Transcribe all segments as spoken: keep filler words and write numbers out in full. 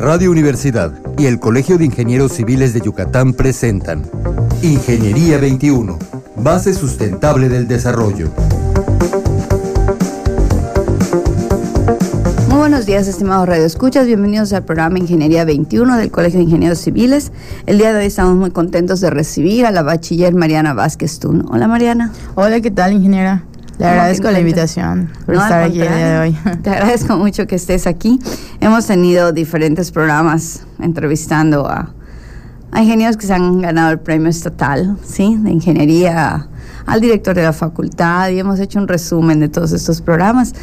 Radio Universidad y el Colegio de Ingenieros Civiles de Yucatán presentan Ingeniería veintiuno, base sustentable del desarrollo. Muy buenos días, estimados radioescuchas. Bienvenidos al programa Ingeniería veintiuno del Colegio de Ingenieros Civiles. El día de hoy estamos muy contentos de recibir a la bachiller Mariana Vázquez Tun. Hola, Mariana. Hola, ¿qué tal, ingeniera? Le agradezco la invitación por no, estar aquí el día de hoy. Te agradezco mucho que estés aquí. Hemos tenido diferentes programas entrevistando a, a ingenieros que se han ganado el premio estatal, ¿sí? De ingeniería, al director de la facultad, y hemos hecho un resumen de todos estos programas.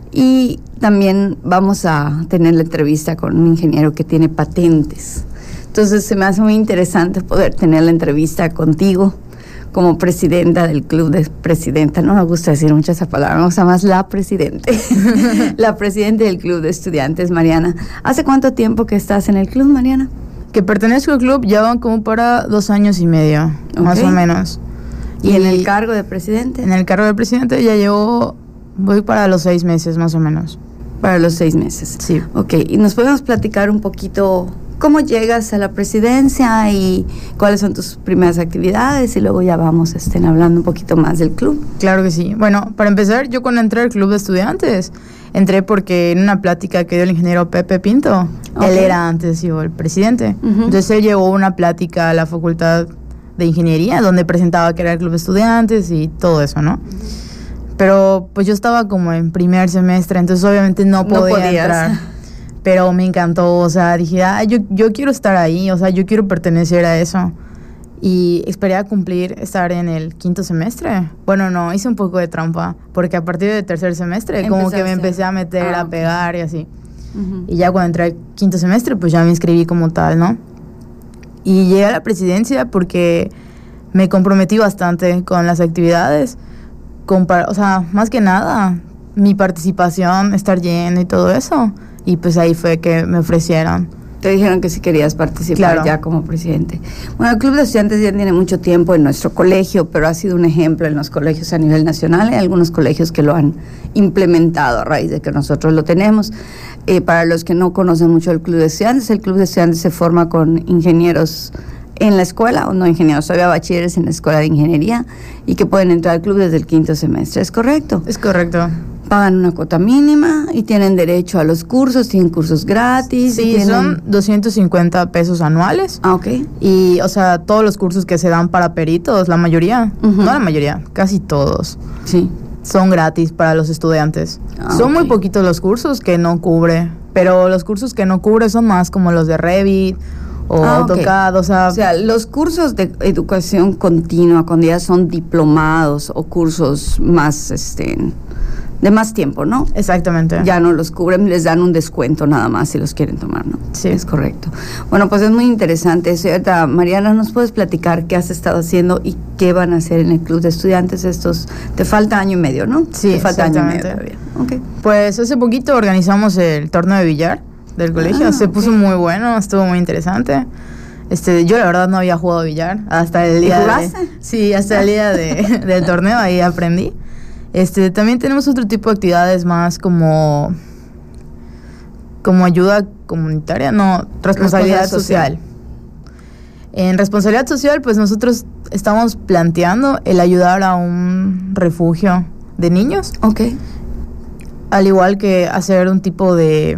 Y también vamos a tener la entrevista con un ingeniero que tiene patentes. Entonces se me hace muy interesante poder tener la entrevista contigo como presidenta del club de presidenta. No me gusta decir mucho esa palabra, me gusta más la presidente. La presidenta del club de estudiantes, Mariana. ¿Hace cuánto tiempo que estás en el club, Mariana? Que pertenezco al club ya van como para dos años y medio, okay, más o menos. ¿Y, ¿Y en el cargo de presidente? En el cargo de presidente ya llevo... Voy para los seis meses, más o menos. Para los seis meses. Sí. Ok, y nos podemos platicar un poquito cómo llegas a la presidencia y cuáles son tus primeras actividades, y luego ya vamos estén hablando un poquito más del club. Claro que sí. Bueno, para empezar, yo cuando entré al club de estudiantes, entré porque en una plática que dio el ingeniero Pepe Pinto, okay, él era antes yo el presidente. Uh-huh. Entonces él llevó una plática a la facultad de ingeniería, donde presentaba que era el club de estudiantes y todo eso, ¿no? Uh-huh. Pero pues yo estaba como en primer semestre, entonces obviamente no podía no entrar. Pero me encantó, o sea, dije, ah, yo, yo quiero estar ahí, o sea, yo quiero pertenecer a eso. Y esperé a cumplir, estar en el quinto semestre. Bueno, no, hice un poco de trampa, porque a partir del tercer semestre Empezaste. como que me empecé a meter, ah, a pegar y así. Uh-huh. Y ya cuando entré al quinto semestre, pues ya me inscribí como tal, ¿no? Y llegué a la presidencia porque me comprometí bastante con las actividades. Compar- o sea, más que nada, mi participación, estar lleno y todo eso. Y pues ahí fue que me ofrecieron. Te dijeron que si querías participar, claro, ya como presidente. Bueno, el Club de Estudiantes ya tiene mucho tiempo en nuestro colegio, pero ha sido un ejemplo en los colegios a nivel nacional. Hay algunos colegios que lo han implementado a raíz de que nosotros lo tenemos. Eh, para los que no conocen mucho el Club de Estudiantes, el Club de Estudiantes se forma con ingenieros en la escuela, o no ingenieros, todavía bachilleres en la escuela de ingeniería, y que pueden entrar al club desde el quinto semestre. ¿Es correcto? Es correcto. Pagan una cuota mínima y tienen derecho a los cursos, tienen cursos gratis. Sí, tienen... son doscientos cincuenta pesos anuales. Ah, ok. Y, o sea, todos los cursos que se dan para peritos, la mayoría, uh-huh, no la mayoría, casi todos, sí, son gratis para los estudiantes. Ah, son okay. muy poquitos los cursos que no cubre, pero los cursos que no cubre son más como los de Revit, o ah, AutoCAD, okay, o sea... O sea, los cursos de educación continua, cuando ya son diplomados o cursos más, este, de más tiempo, ¿no? Exactamente. Ya no los cubren, les dan un descuento nada más si los quieren tomar, ¿no? Sí. Es correcto. Bueno, pues es muy interesante eso. Y ahorita, Mariana, ¿nos puedes platicar qué has estado haciendo y qué van a hacer en el Club de Estudiantes estos... Te falta año y medio, ¿no? Sí, Te falta año y medio todavía. Okay. Pues hace poquito organizamos el torneo de billar del colegio, ah, se puso okay. muy bueno, estuvo muy interesante. Este, yo la verdad no había jugado billar hasta el día de, sí, hasta el día de, del torneo, ahí aprendí. Este, también tenemos otro tipo de actividades más como como ayuda comunitaria, no, responsabilidad, responsabilidad social. social. En responsabilidad social, pues nosotros estamos planteando el ayudar a un refugio de niños. Okay. Al igual que hacer un tipo de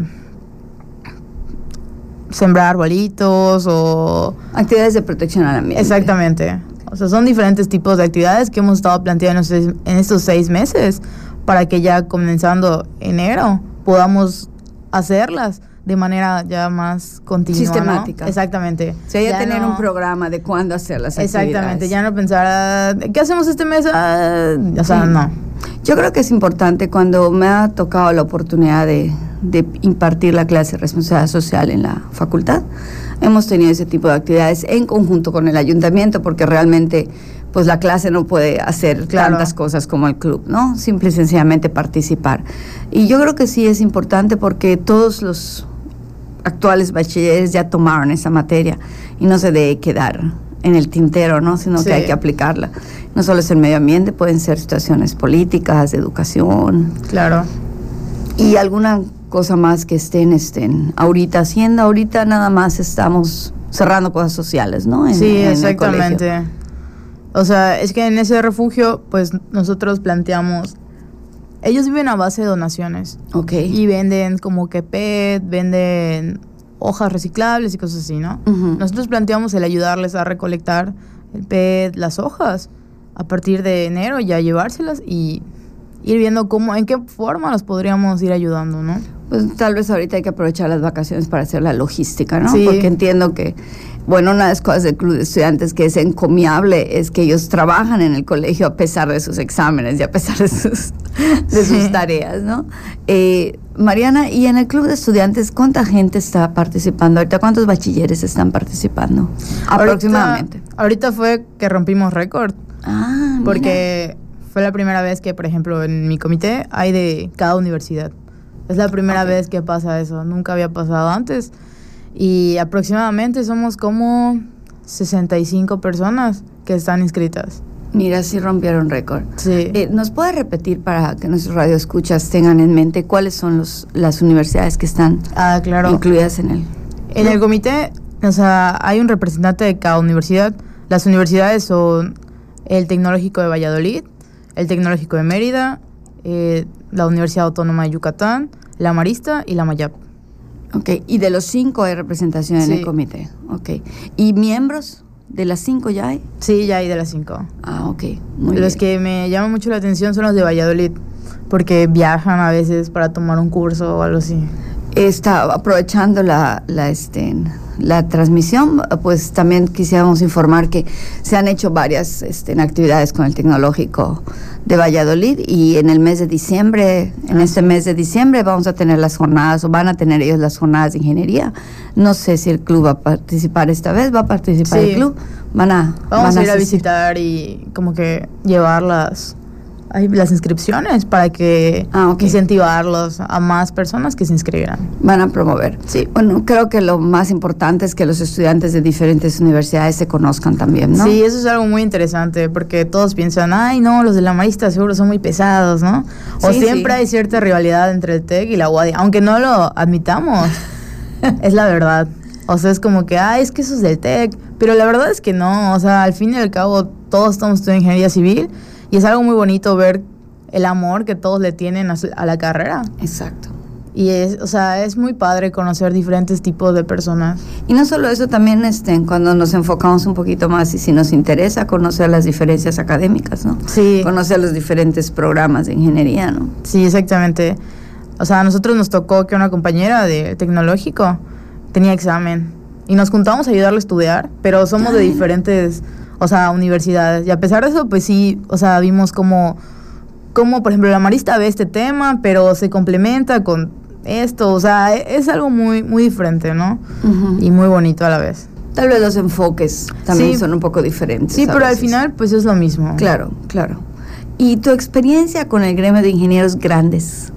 sembrar arbolitos o... actividades de protección al ambiente. Exactamente. O sea, son diferentes tipos de actividades que hemos estado planteando en estos seis meses para que ya comenzando enero podamos hacerlas de manera ya más continua, sistemática, ¿no? Exactamente. O sea, ya, ya tener no, un programa de cuándo hacer las actividades. Exactamente, ya no pensar, ¿qué hacemos este mes? Ah, o sea, sí. no. Yo creo que es importante, cuando me ha tocado la oportunidad de, de impartir la clase de responsabilidad social en la facultad, hemos tenido ese tipo de actividades en conjunto con el ayuntamiento, porque realmente pues la clase no puede hacer claro. tantas cosas como el club, ¿no? Simple y sencillamente participar. Y yo creo que sí es importante porque todos los actuales bachilleres ya tomaron esa materia y no se debe quedar en el tintero, ¿no? Sino sí. que hay que aplicarla. No solo es el medio ambiente, pueden ser situaciones políticas, de educación. Claro. Y alguna cosa más que estén, estén ahorita haciendo. Ahorita nada más estamos cerrando cosas sociales, ¿no? En, sí, en exactamente. O sea, es que en ese refugio, pues nosotros planteamos, ellos viven a base de donaciones. Ok. Y venden como que P E T, venden hojas reciclables y cosas así, ¿no? Uh-huh. Nosotros planteamos el ayudarles a recolectar el P E T, las hojas, a partir de enero ya llevárselas y ir viendo cómo, en qué forma los podríamos ir ayudando, ¿no? Pues tal vez ahorita hay que aprovechar las vacaciones para hacer la logística, ¿no? Sí. Porque entiendo que, bueno, una de las cosas del Club de Estudiantes que es encomiable es que ellos trabajan en el colegio a pesar de sus exámenes y a pesar de sus, de sus Sí. tareas, ¿no? Eh, Mariana, ¿y en el Club de Estudiantes cuánta gente está participando ahorita? ¿Cuántos bachilleres están participando? Aproximadamente. Ahorita, ahorita fue que rompimos récord, Ah, mira. porque fue la primera vez que, por ejemplo, en mi comité hay de cada universidad. Es la primera Okay. vez que pasa eso, nunca había pasado antes. Y aproximadamente somos como sesenta y cinco personas que están inscritas. Mira, sí rompieron récord. Sí. Eh, ¿Nos puede repetir para que nuestros radioescuchas tengan en mente cuáles son los, las universidades que están Ah, claro. incluidas en el... En el comité, o sea, hay un representante de cada universidad. Las universidades son el Tecnológico de Valladolid, el Tecnológico de Mérida, eh, la Universidad Autónoma de Yucatán, la Marista y la Mayap. Ok, y de los cinco hay representación Sí. en el comité. Ok. ¿Y miembros de las cinco ya hay? Sí, ya hay de las cinco. Ah, ok. Muy Los bien. que me llaman mucho la atención son los de Valladolid, porque viajan a veces para tomar un curso o algo así. Está aprovechando la, la, este, la transmisión, pues también quisiéramos informar que se han hecho varias este, actividades con el Tecnológico de Valladolid y en el mes de diciembre, en este mes de diciembre vamos a tener las jornadas o van a tener ellos las jornadas de ingeniería. No sé si el club va a participar esta vez, va a participar Sí. el club. Van a, Vamos van a ir a asistir. visitar y como que llevar las, ay, las inscripciones para que Ah, ok. incentivarlos a más personas que se inscribieran. Van a promover. Sí. Bueno, creo que lo más importante es que los estudiantes de diferentes universidades se conozcan también, ¿no? Sí, eso es algo muy interesante porque todos piensan, ay, no, los de la Marista seguro son muy pesados, ¿no? O Sí, siempre sí. hay cierta rivalidad entre el TEC y la U A D I, aunque no lo admitamos, es la verdad. O sea, es como que, ay, es que eso es del TEC, pero la verdad es que no, o sea, al fin y al cabo todos estamos estudiando ingeniería civil y es algo muy bonito ver el amor que todos le tienen a, su- a la carrera. Exacto. Y es, o sea, es muy padre conocer diferentes tipos de personas. Y no solo eso, también este, cuando nos enfocamos un poquito más y si nos interesa conocer las diferencias académicas, ¿no? Sí. Conocer los diferentes programas de ingeniería, ¿no? Sí, exactamente. O sea, a nosotros nos tocó que una compañera de tecnológico tenía examen y nos juntamos a ayudarle a estudiar, pero somos de Ay. diferentes, o sea, universidades. Y a pesar de eso, pues sí, o sea, vimos como, como por ejemplo, la Marista ve este tema, pero se complementa con esto. O sea, e- es algo muy, muy diferente, ¿no? Ujú. Y muy bonito a la vez. Tal vez los enfoques también Sí. son un poco diferentes. Sí, a pero al veces. final, pues es lo mismo. Claro, claro. ¿Y tu experiencia con el gremio de ingenieros grandes?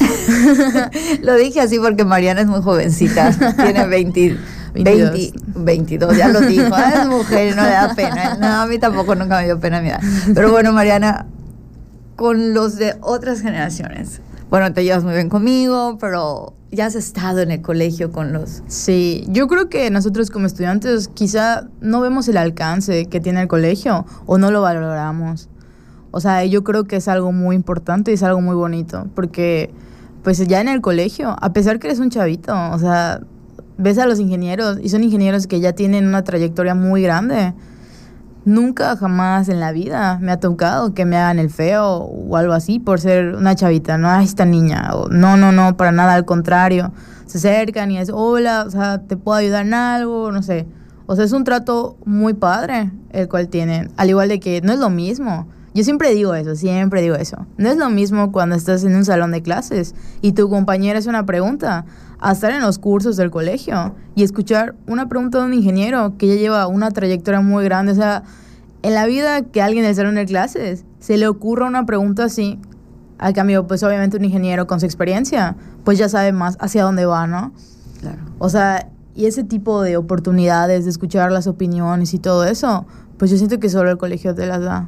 Lo dije así porque Mariana es muy jovencita, tiene veinte, veintidós. veinte, veintidós, ya lo dijo, ah, es mujer y no le da pena. No, a mí tampoco nunca me dio pena mi edad. Pero bueno, Mariana, con los de otras generaciones, bueno, te llevas muy bien conmigo, pero ya has estado en el colegio con los... Sí, yo creo que nosotros como estudiantes quizá no vemos el alcance que tiene el colegio o no lo valoramos. O sea, yo creo que es algo muy importante y es algo muy bonito, porque pues ya en el colegio, a pesar que eres un chavito, o sea, ves a los ingenieros y son ingenieros que ya tienen una trayectoria muy grande. Nunca jamás en la vida me ha tocado que me hagan el feo o algo así por ser una chavita, no, ay, esta niña, o no, no, no, para nada, al contrario. Se acercan y es, hola, o sea, ¿te puedo ayudar en algo? No sé. O sea, es un trato muy padre el cual tienen, al igual de que no es lo mismo. Yo siempre digo eso, siempre digo eso. No es lo mismo cuando estás en un salón de clases y tu compañera hace una pregunta a estar en los cursos del colegio y escuchar una pregunta de un ingeniero que ya lleva una trayectoria muy grande. O sea, en la vida que alguien del salón de clases se le ocurra una pregunta así, al cambio, pues obviamente un ingeniero con su experiencia, pues ya sabe más hacia dónde va, ¿no? Claro. O sea, y ese tipo de oportunidades de escuchar las opiniones y todo eso, pues yo siento que solo el colegio te las da.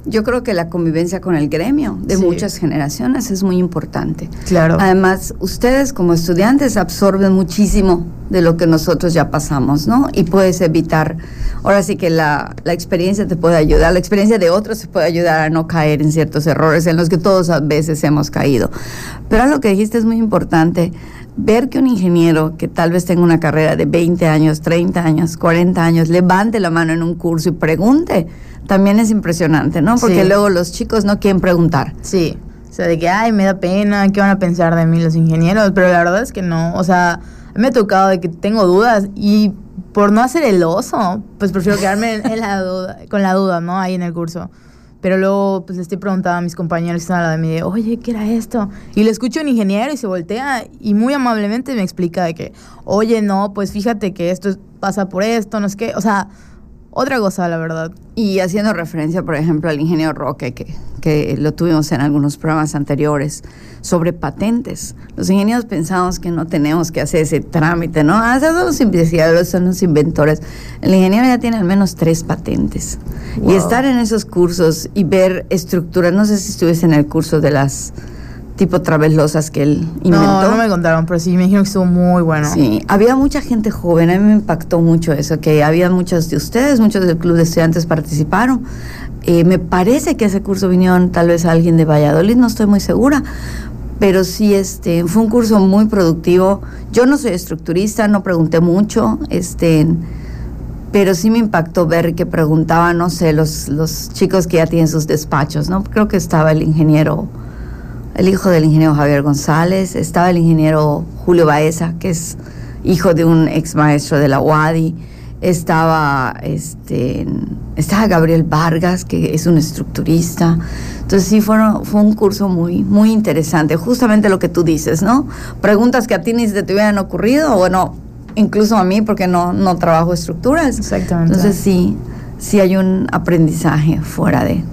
Yo creo que la convivencia con el gremio de Sí. muchas generaciones es muy importante. Claro. Además, ustedes como estudiantes absorben muchísimo de lo que nosotros ya pasamos, ¿no? Y puedes evitar, ahora sí que la, la experiencia te puede ayudar, la experiencia de otros te puede ayudar a no caer en ciertos errores en los que todos a veces hemos caído. Pero lo que dijiste es muy importante, ver que un ingeniero que tal vez tenga una carrera de veinte años, treinta años, cuarenta años, levante la mano en un curso y pregunte, también es impresionante, ¿no? Porque Sí. luego los chicos no quieren preguntar. Sí, o sea, de que, ay, me da pena, ¿qué van a pensar de mí los ingenieros? Pero la verdad es que no, o sea, me ha tocado de que tengo dudas y por no hacer el oso, pues prefiero quedarme en, en la duda, con la duda, ¿no? Ahí en el curso. Pero luego, pues, le estoy preguntando a mis compañeros que están al lado de mí, de, oye, ¿qué era esto? Y le escucho a un ingeniero y se voltea y muy amablemente me explica de que, oye, no, pues fíjate que esto es- pasa por esto, no es que, o sea, otra cosa, la verdad. Y haciendo referencia, por ejemplo, al ingeniero Roque, que, que lo tuvimos en algunos programas anteriores, sobre patentes. Los ingenieros pensamos que no tenemos que hacer ese trámite, ¿no? Ah, son los investigadores, son los inventores. El ingeniero ya tiene al menos tres patentes. Wow. Y estar en esos cursos y ver estructuras, no sé si estuviese en el curso de las tipo traveslosas que él inventó. No, no me contaron, pero sí, me dijeron que estuvo muy bueno. Sí, había mucha gente joven, a mí me impactó mucho eso, que había muchos de ustedes, muchos del club de estudiantes participaron. Eh, me parece que ese curso vinieron tal vez alguien de Valladolid, no estoy muy segura, pero sí, este, fue un curso muy productivo. Yo no soy estructurista, no pregunté mucho, este, pero sí me impactó ver que preguntaban, no sé, los, los chicos que ya tienen sus despachos, ¿no? Creo que estaba el ingeniero, el hijo del ingeniero Javier González, estaba el ingeniero Julio Baeza, que es hijo de un ex maestro de la U A D I, estaba, este, estaba Gabriel Vargas, que es un estructurista. Entonces sí, fueron, fue un curso muy, muy interesante, justamente lo que tú dices, ¿no? Preguntas que a ti ni se te hubieran ocurrido, bueno, incluso a mí, porque no, no trabajo estructuras. Exactamente. Entonces sí, sí hay un aprendizaje fuera de...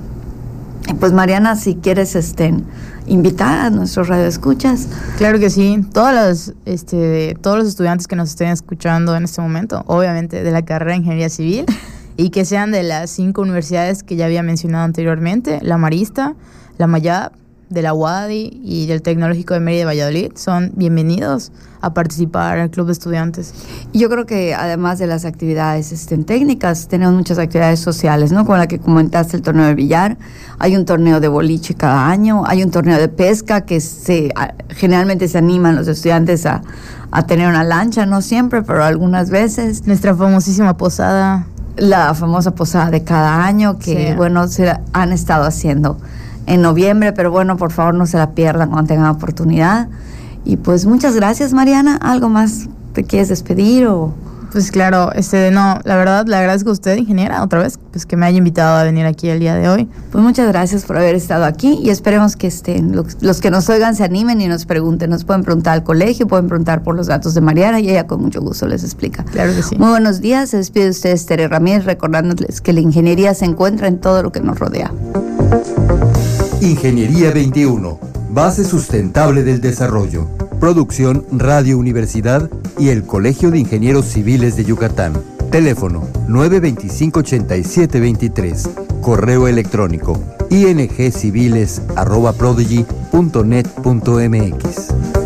Pues Mariana, si quieres este, invitar a nuestros radioescuchas. Claro que sí. Todos los, este, todos los estudiantes que nos estén escuchando en este momento, obviamente de la carrera de Ingeniería Civil, y que sean de las cinco universidades que ya había mencionado anteriormente, la Marista, la Mayab, de la U A D I y del Tecnológico de Mérida y Valladolid, son bienvenidos a participar al Club de Estudiantes. Y yo creo que además de las actividades este, técnicas, tenemos muchas actividades sociales, ¿no? Como la que comentaste, el torneo de billar, hay un torneo de boliche cada año, hay un torneo de pesca que se a, generalmente se animan los estudiantes a, a tener una lancha, no siempre, pero algunas veces. Nuestra famosísima posada. La famosa posada de cada año que, Sí. bueno, se han estado haciendo en noviembre, pero bueno, por favor no se la pierdan cuando tengan oportunidad. Y pues muchas gracias, Mariana. ¿Algo más te quieres despedir o...? Pues claro, este, no, la verdad le agradezco a usted, ingeniera, otra vez, pues que me haya invitado a venir aquí el día de hoy. Pues muchas gracias por haber estado aquí y esperemos que estén, los, los que nos oigan se animen y nos pregunten. Nos pueden preguntar al colegio, pueden preguntar por los datos de Mariana y ella con mucho gusto les explica. Claro que sí. Muy buenos días, se despide de ustedes Tere Ramírez, recordándoles que la ingeniería se encuentra en todo lo que nos rodea. Ingeniería veintiuno, base sustentable del desarrollo. Producción Radio Universidad y el Colegio de Ingenieros Civiles de Yucatán. Teléfono nueve veinticinco ochenta y siete veintitrés. Correo electrónico ingciviles arroba prodigy punto net punto mx.